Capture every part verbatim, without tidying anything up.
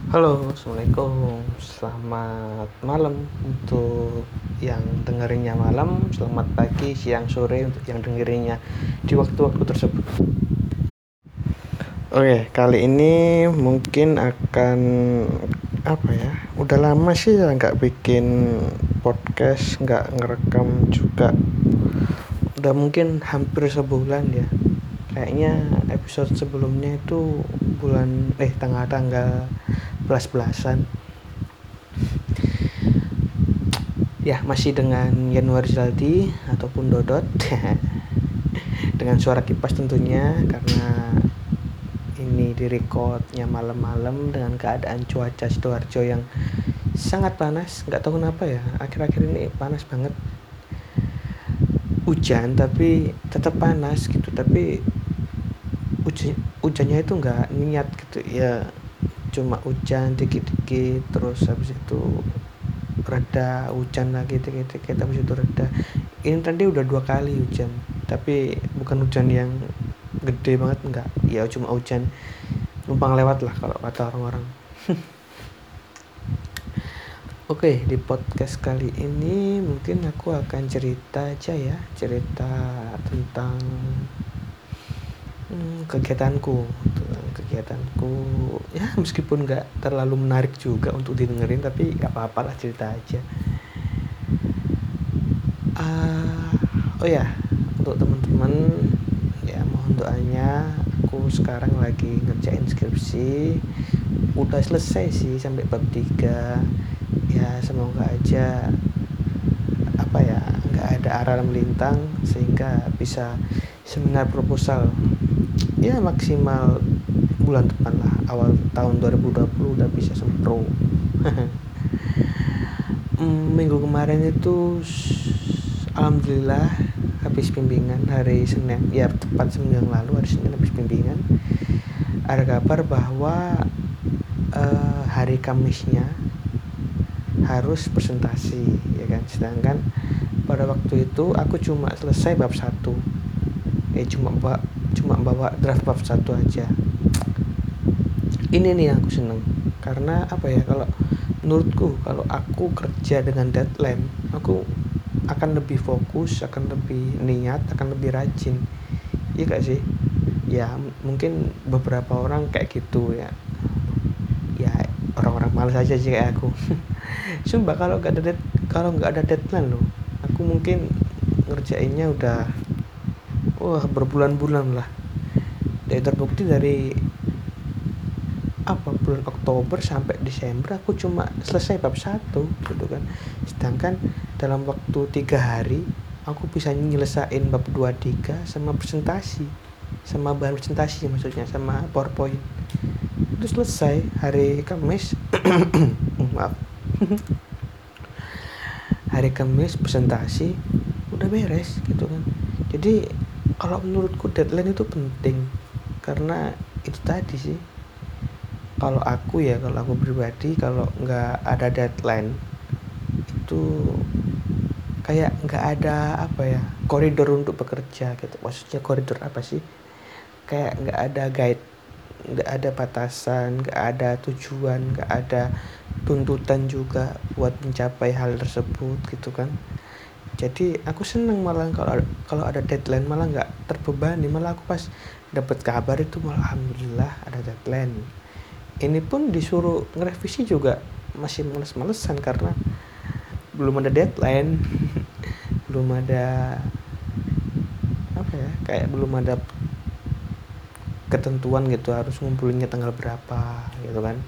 Halo, Assalamualaikum. Selamat malam untuk yang dengerinnya malam, selamat pagi, siang, sore untuk yang dengerinnya di waktu-waktu tersebut. Oke, kali ini mungkin akan apa ya? Udah lama sih ya nggak bikin podcast, nggak ngerekam juga. Udah mungkin hampir sebulan ya. Kayaknya episode sebelumnya itu bulan eh tanggal-tanggal belas-belasan. Ya, masih dengan Januari Zaldi ataupun Dodot dengan suara kipas tentunya, karena ini direcordnya malam-malam dengan keadaan cuaca Sidoarjo yang sangat panas. Nggak tahu kenapa ya, akhir-akhir ini panas banget. Hujan tapi tetap panas gitu, tapi hujan hujannya itu nggak niat gitu ya, cuma hujan dikit-dikit terus habis itu reda, hujan lagi dikit-dikit habis itu reda. Ini tadi udah dua kali hujan, tapi bukan hujan yang gede banget, enggak ya, cuma hujan numpang lewat lah kalau kata orang-orang. Oke, di podcast kali ini mungkin aku akan cerita aja ya, cerita tentang hmm, kegiatanku kegiatanku ya, meskipun nggak terlalu menarik juga untuk didengerin, tapi nggak apa-apa lah, cerita aja. Uh, oh ya, untuk teman-teman ya, mohon doanya. Aku sekarang lagi ngerjain skripsi, udah selesai sih sampai bab tiga. Ya semoga aja apa ya, nggak ada arah melintang sehingga bisa seminar proposal ya maksimal bulan depan lah, awal tahun dua ribu dua puluh udah bisa sempro. Minggu kemarin itu alhamdulillah habis bimbingan hari Senin, ya tepat seminggu yang lalu hari Senin habis bimbingan. Ada kabar bahwa uh, hari Kamisnya harus presentasi ya kan, sedangkan pada waktu itu aku cuma selesai bab satu, eh cuma bawa, cuma bawa draft bab satu aja. Ini nih yang aku seneng, karena apa ya, kalau menurutku kalau aku kerja dengan deadline, aku akan lebih fokus, akan lebih niat, akan lebih rajin. Iya gak sih? Ya mungkin beberapa orang kayak gitu ya. Ya orang-orang malas aja sih kayak aku. Sumpah kalau nggak ada dead, kalau nggak ada deadline loh, aku mungkin ngerjainnya udah wah berbulan-bulan lah. Dan terbukti dari apa, bulan Oktober sampai Desember aku cuma selesai bab satu gitu kan, sedangkan dalam waktu tiga hari aku bisa nyelesain bab dua tiga sama presentasi, sama bahan presentasi maksudnya, sama PowerPoint. Itu selesai hari Kamis. Maaf. Hari Kamis presentasi udah beres gitu kan. Jadi kalau menurutku deadline itu penting, karena itu tadi sih, kalau aku ya, kalau aku pribadi, kalau nggak ada deadline itu kayak nggak ada apa ya, koridor untuk bekerja gitu. Maksudnya koridor apa sih, kayak nggak ada guide, nggak ada batasan, nggak ada tujuan, nggak ada tuntutan juga buat mencapai hal tersebut gitu kan. Jadi aku seneng malah kalau kalau ada deadline, malah nggak terbebani, malah aku pas dapat kabar itu malah alhamdulillah ada deadline. Ini pun disuruh ngerevisi juga masih males-malesan karena belum ada deadline. Belum ada apa ya, kayak belum ada ketentuan gitu harus ngumpulinnya tanggal berapa gitu kan.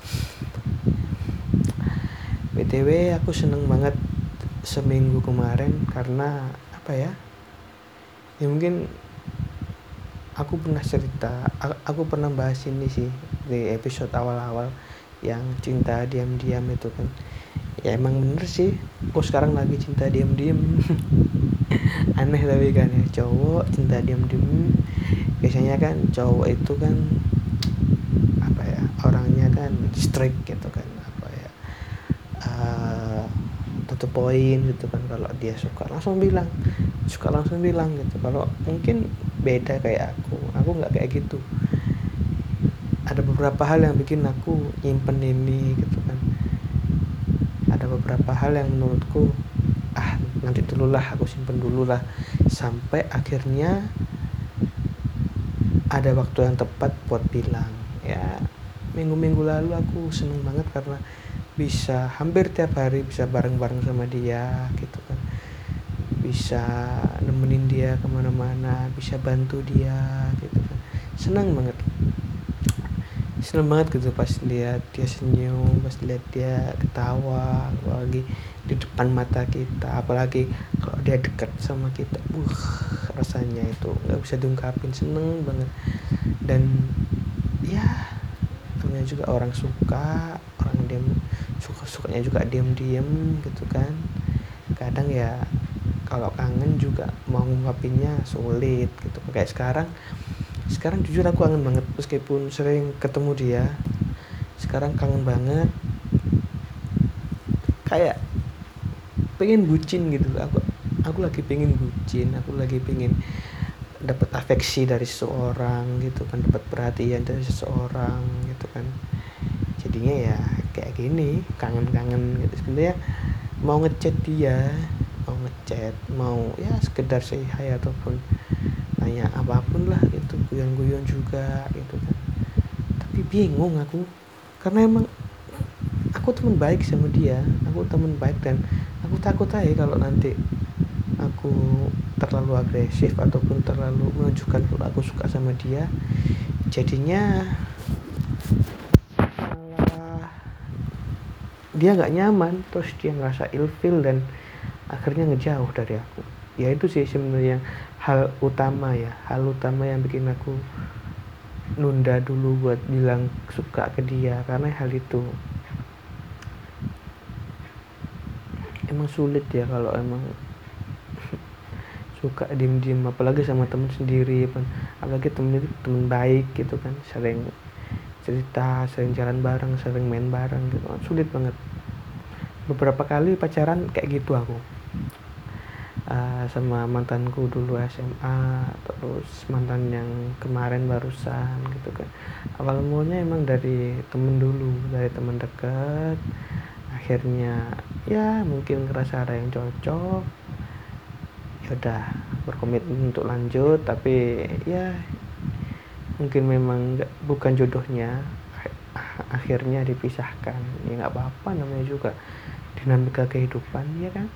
B T W aku seneng banget seminggu kemarin karena apa ya, ya mungkin aku pernah cerita, aku pernah bahas ini sih di episode awal-awal yang cinta diam-diam itu kan. Ya emang bener sih, aku sekarang lagi cinta diam-diam. Aneh tapi kan ya, cowok cinta diam-diam. Biasanya kan cowok itu kan apa ya, orangnya kan strict gitu kan, apa ya, uh, to poin gitu kan. Kalau dia suka langsung bilang, suka langsung bilang gitu. Kalau mungkin beda kayak aku, aku nggak kayak gitu. ada beberapa hal yang bikin aku nyimpen ini gitu kan. Ada beberapa hal yang menurutku ah nanti dulu lah, aku simpen dulu lah, sampai akhirnya ada waktu yang tepat buat bilang. Ya minggu-minggu lalu aku seneng banget karena bisa hampir tiap hari bisa bareng-bareng sama dia gitu kan, bisa nemenin dia kemana-mana, bisa bantu dia gitu kan. Senang banget, senang banget gitu pas lihat dia senyum, pas lihat dia ketawa, apalagi di depan mata kita, apalagi kalau dia dekat sama kita, uh rasanya itu nggak bisa diungkapin, seneng banget. Dan ya namanya juga orang suka, orang diam suka sukanya juga diam-diam gitu kan. Kadang ya kalau kangen juga mau ngungkapinnya sulit gitu. Kayak sekarang sekarang jujur aku kangen banget meskipun sering ketemu dia. Sekarang kangen banget, kayak pengen bucin gitu. Aku aku lagi pengen bucin, aku lagi pengen dapat afeksi dari seseorang gitu kan, dapat perhatian dari seseorang gitu kan. Jadinya ya kayak gini, kangen-kangen gitu. Sebenarnya mau ngechat dia, mau ngechat, mau ya sekedar say hi ataupun tanya apapun lah gitu, guyon-guyon juga gitu kan. Tapi bingung aku, karena emang aku teman baik sama dia, aku teman baik, dan aku takut aja kalau nanti aku terlalu agresif ataupun terlalu menunjukkan kalau aku suka sama dia, jadinya malah dia nggak nyaman, terus dia ngerasa ilfeel dan akhirnya ngejauh dari aku. Ya itu sih sebenarnya hal utama ya, hal utama yang bikin aku nunda dulu buat bilang suka ke dia, karena hal itu emang sulit ya kalau emang suka diem-diem, apalagi sama temen sendiri, apalagi temen itu temen baik gitu kan, sering cerita, sering jalan bareng, sering main bareng gitu, sulit banget. Beberapa kali pacaran kayak gitu aku, uh, sama mantanku dulu S M A, terus mantan yang kemarin barusan gitu kan. Awal mulanya emang dari temen dulu, dari temen dekat, akhirnya ya mungkin ngerasa ada yang cocok, ya udah berkomitmen untuk lanjut, tapi ya mungkin memang gak, bukan jodohnya, akhirnya dipisahkan. Ya nggak apa-apa, namanya juga dinamika kehidupan ya kan.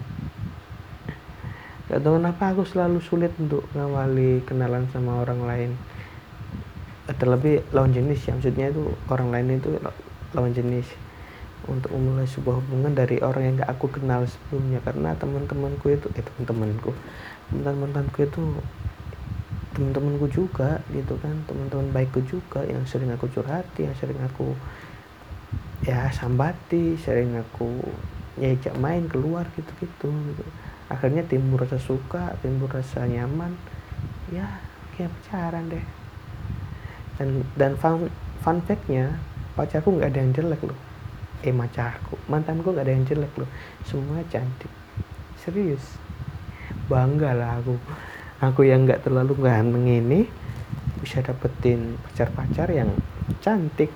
Gak tahu kenapa aku selalu sulit untuk ngawali kenalan sama orang lain, terlebih lawan jenis ya, maksudnya itu orang lain itu lawan jenis, untuk memulai sebuah hubungan dari orang yang gak aku kenal sebelumnya. Karena teman-temanku itu eh teman-temanku teman-temanku itu teman-temanku juga gitu kan, teman-teman baikku juga, yang sering aku curhati, yang sering aku ya sambati, sering aku ngajak main keluar gitu-gitu gitu. Akhirnya timbul rasa suka, timbul rasa nyaman, ya kayak pacaran deh. Dan dan fun, fun fact-nya, pacarku nggak ada yang jelek loh. Eh pacarku, mantanku nggak ada yang jelek loh, semua cantik, serius. Bangga lah aku, aku yang nggak terlalu ganteng ini bisa dapetin pacar-pacar yang cantik.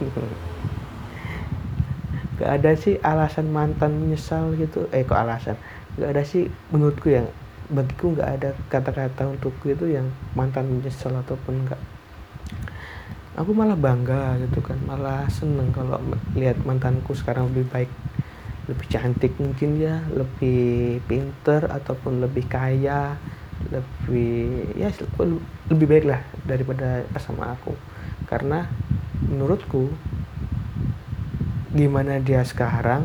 Gak ada sih alasan mantan menyesal gitu, eh kok alasan, gak ada sih menurutku, yang bagiku gak ada kata-kata untukku itu yang mantan menyesal ataupun enggak. Aku malah bangga gitu kan, malah seneng kalau lihat mantanku sekarang lebih baik, lebih cantik mungkin ya, lebih pinter ataupun lebih kaya, lebih ya lebih baik lah daripada sama aku. Karena menurutku gimana dia sekarang,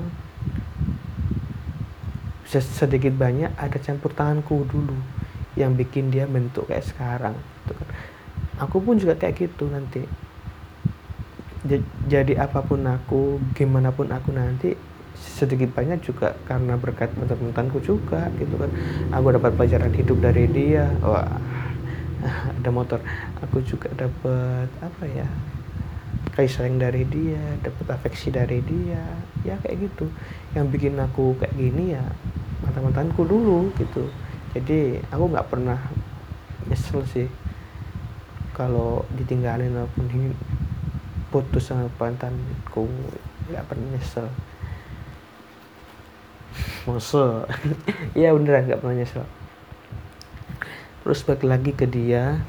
sedikit banyak ada campur tanganku dulu yang bikin dia bentuk kayak sekarang gitu kan. Aku pun juga kayak gitu nanti, jadi apapun aku, gimana pun aku nanti, sedikit banyak juga karena berkat mantan-mantanku juga gitu kan. Aku dapat pelajaran hidup dari dia. Wah, ada motor. Aku juga dapat apa ya, kasih sayang dari dia, dapat afeksi dari dia, ya kayak gitu. Yang bikin aku kayak gini ya mantan-mantanku dulu gitu. Jadi aku nggak pernah nyesel sih kalau ditinggalin ataupun putus sama mantanku, nggak pernah nyesel. Masa ya beneran nggak pernah nyesel. Terus balik lagi ke dia,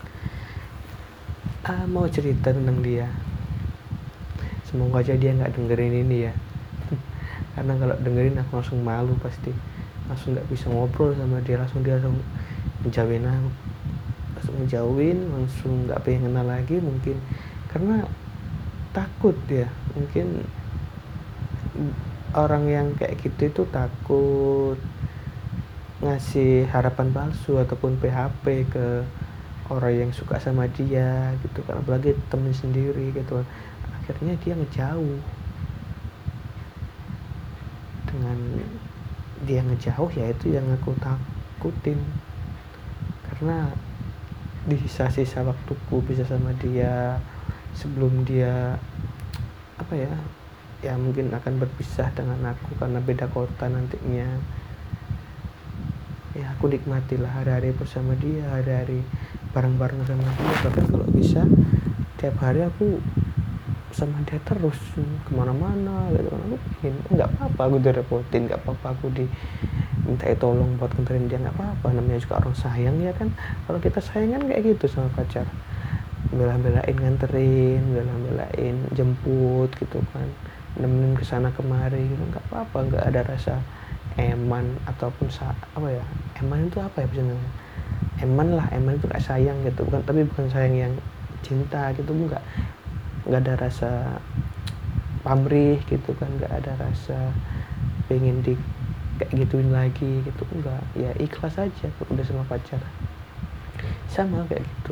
ah, mau cerita tentang dia. Semoga aja dia nggak dengerin ini ya. Karena kalau dengerin aku langsung malu pasti, langsung nggak bisa ngobrol sama dia, langsung dia langsung menjauhin aku, langsung menjauhin, langsung nggak pengen kenal lagi mungkin, karena takut ya. Mungkin orang yang kayak gitu itu takut ngasih harapan palsu ataupun P H P ke orang yang suka sama dia gitu kan, apalagi temen sendiri gitu. Akhirnya dia ngejauh. Dengan dia ngejauh ya itu yang aku takutin, karena di sisa-sisa waktuku bisa sama dia sebelum dia apa ya ya mungkin akan berpisah dengan aku karena beda kota nantinya. Ya aku nikmatilah hari-hari bersama dia, hari-hari bareng-bareng sama dia. Bahkan kalau bisa tiap hari aku sama dia terus kemana-mana gitu kan. Aku pengen, nggak apa-apa aku direpotin, nggak apa-apa aku diminta tolong buat nganterin dia, nggak apa-apa, namanya juga orang sayang ya kan. Kalau kita sayang kan kayak gitu sama pacar, bela-belain nganterin, bela-belain jemput gitu kan, nemenin kesana kemari gitu, nggak apa-apa, nggak ada rasa eman ataupun sa- apa ya, eman itu apa ya sebenarnya, eman lah, eman itu kayak sayang gitu, bukan, tapi bukan sayang yang cinta gitu, enggak nggak ada rasa pamrih gitu kan, nggak ada rasa pengen di kayak gituin lagi gitu, enggak, ya ikhlas aja udah sama pacar, sama kayak gitu,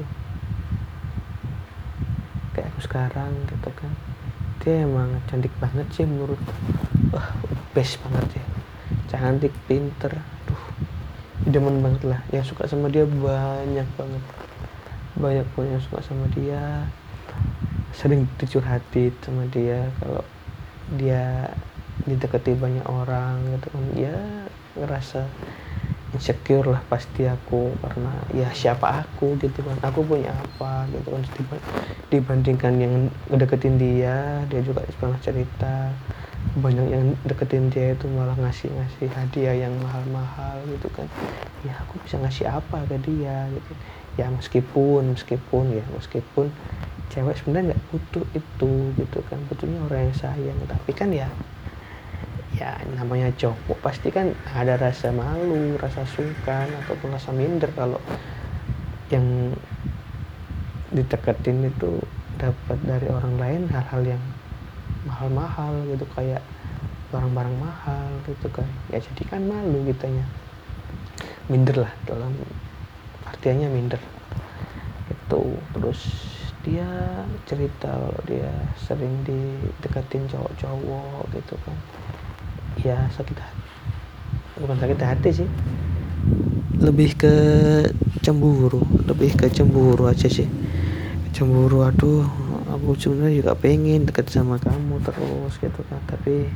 kayak aku sekarang gitu kan. Dia emang cantik banget sih menurut, wah best banget ya, cantik, pinter, aduh demen banget lah, yang suka sama dia banyak banget, banyak pun yang suka sama dia, sering dicurhatin sama dia kalau dia dideketi banyak orang gitu kan. Ya ngerasa insecure lah pasti aku, karena ya siapa aku gitu kan, aku punya apa gitu kan, dibandingkan yang ngedeketin dia. Dia juga pernah cerita banyak yang deketin dia itu malah ngasih-ngasih hadiah yang mahal-mahal gitu kan. Ya aku bisa ngasih apa ke dia gitu ya, meskipun meskipun ya meskipun cewek sebenarnya nggak butuh itu gitu kan, butuhnya orang yang sayang. Tapi kan ya ya namanya cowok pasti kan ada rasa malu, rasa sungkan ataupun rasa minder kalau yang dideketin itu dapat dari orang lain hal-hal yang mahal-mahal gitu, kayak barang-barang mahal gitu kan. Ya jadi kan malu kitanya, minder lah, dalam artiannya minder itu. Terus dia cerita kalau dia sering dideketin cowok-cowok gitu kan. Ya sakit hati, bukan sakit hati sih, lebih ke cemburu, lebih ke cemburu aja sih, cemburu. Aduh, aku sebenarnya juga pengen deket sama kamu terus gitu kan, tapi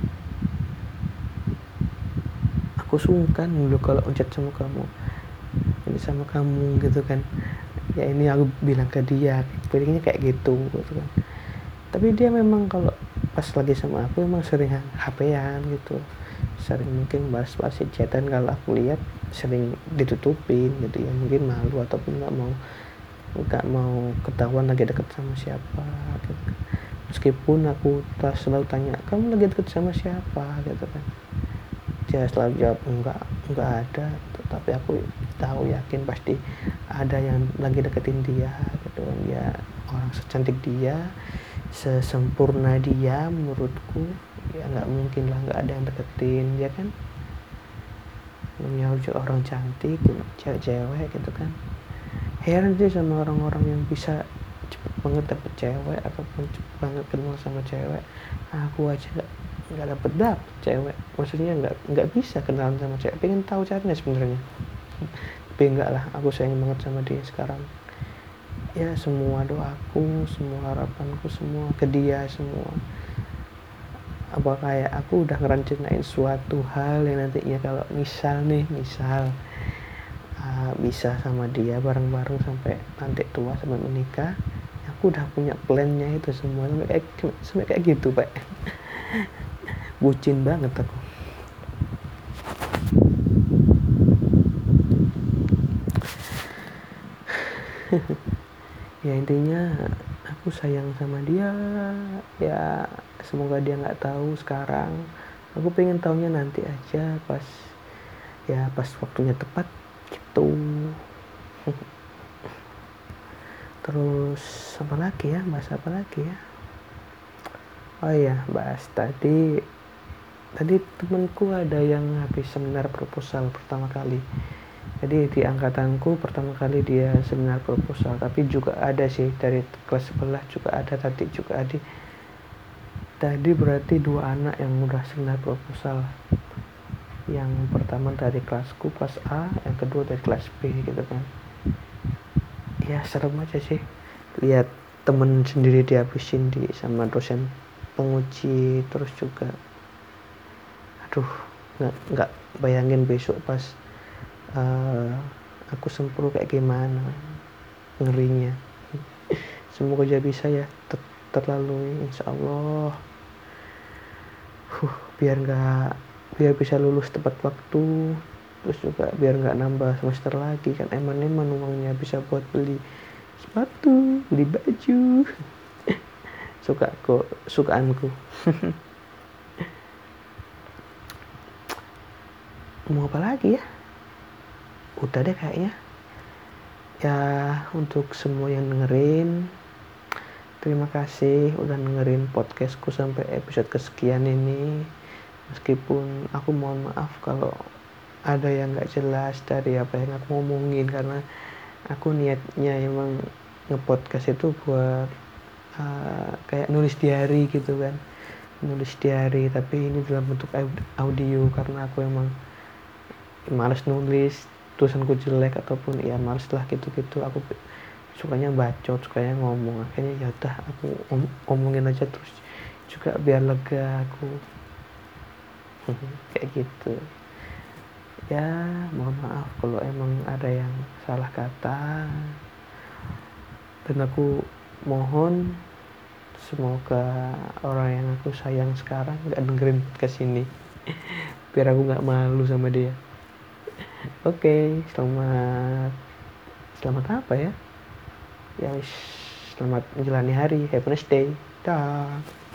aku sungkan dulu kalau chat sama kamu, ini sama kamu gitu kan. Ya ini aku bilang ke dia, pilihnya kayak gitu gitu kan. Tapi dia memang kalau pas lagi sama aku memang sering H P-an gitu, sering mungkin bahas-bahas chatan, kalau aku lihat sering ditutupin gitu ya, mungkin malu ataupun nggak mau nggak mau ketahuan lagi deket sama siapa gitu. Meskipun aku selalu tanya, kamu lagi deket sama siapa gitu kan, dia selalu jawab enggak, enggak ada. Tapi aku tahu, yakin pasti ada yang lagi deketin dia gitu kan. Ya orang secantik dia, sesempurna dia menurutku, ya nggak mungkin lah nggak ada yang deketin dia kan. Namanya juga orang cantik, cewek-cewek gitu kan. Heran sih sama orang-orang yang bisa cepet banget dapet cewek ataupun cepet banget kenal sama cewek. Aku aja nggak nggak dapet dapet cewek, maksudnya nggak nggak bisa kenalan sama cewek. Pengen tahu caranya sebenarnya, tapi enggak lah, aku sayang banget sama dia sekarang. Ya semua doaku, semua harapanku, semua ke dia semua. Apa kayak aku udah ngerencanain suatu hal yang nantinya kalau misal nih misal uh, bisa sama dia bareng-bareng sampai nanti tua sampai menikah, aku udah punya plannya itu semua, sampai kayak sampai kayak gitu Pak. Bucin banget aku. Ya intinya aku sayang sama dia, ya semoga dia nggak tahu sekarang. Aku pengen tahunya nanti aja pas ya pas waktunya tepat gitu. Terus apa lagi ya, bahas apa lagi ya? Oh iya, bahas tadi tadi temenku ada yang habis seminar proposal pertama kali. Jadi di angkatanku pertama kali dia seminar proposal, tapi juga ada sih dari kelas sebelah juga ada, tadi juga ada. Tadi berarti dua anak yang udah seminar proposal. Yang pertama dari kelasku kelas A, yang kedua dari kelas B gitu kan. Ya serem aja sih lihat temen sendiri dihabisin di sama dosen penguji. Terus juga aduh, nggak nggak bayangin besok pas uh, aku sempurna kayak gimana, ngerinya. Semoga aja bisa ya ter- terlalui insya Allah. Huh, biar nggak biar bisa lulus tepat waktu. Terus juga biar nggak nambah semester lagi kan, eman-eman uangnya bisa buat beli sepatu, beli baju. Suka kok, sukaanku. Mau apa lagi ya? Udah deh kayaknya. Ya untuk semua yang dengerin, terima kasih udah dengerin podcastku sampai episode kesekian ini. Meskipun aku mohon maaf kalau ada yang gak jelas dari apa yang aku ngomongin, karena aku niatnya emang nge-podcast itu buat uh, kayak nulis diary gitu kan. Nulis diary, tapi ini dalam bentuk audio karena aku emang males nulis, tulisanku jelek ataupun ya males lah gitu-gitu. Aku sukanya bacot, sukanya ngomong, akhirnya ya udah aku om- omongin aja terus juga biar lega aku. Kayak gitu ya. Mohon maaf kalau emang ada yang salah kata, dan aku mohon semoga orang yang aku sayang sekarang gak dengerin kesini biar aku gak malu sama dia. Oke, okay, selamat selamat apa ya? Ya, selamat menjalani hari. Have a nice day. Dah.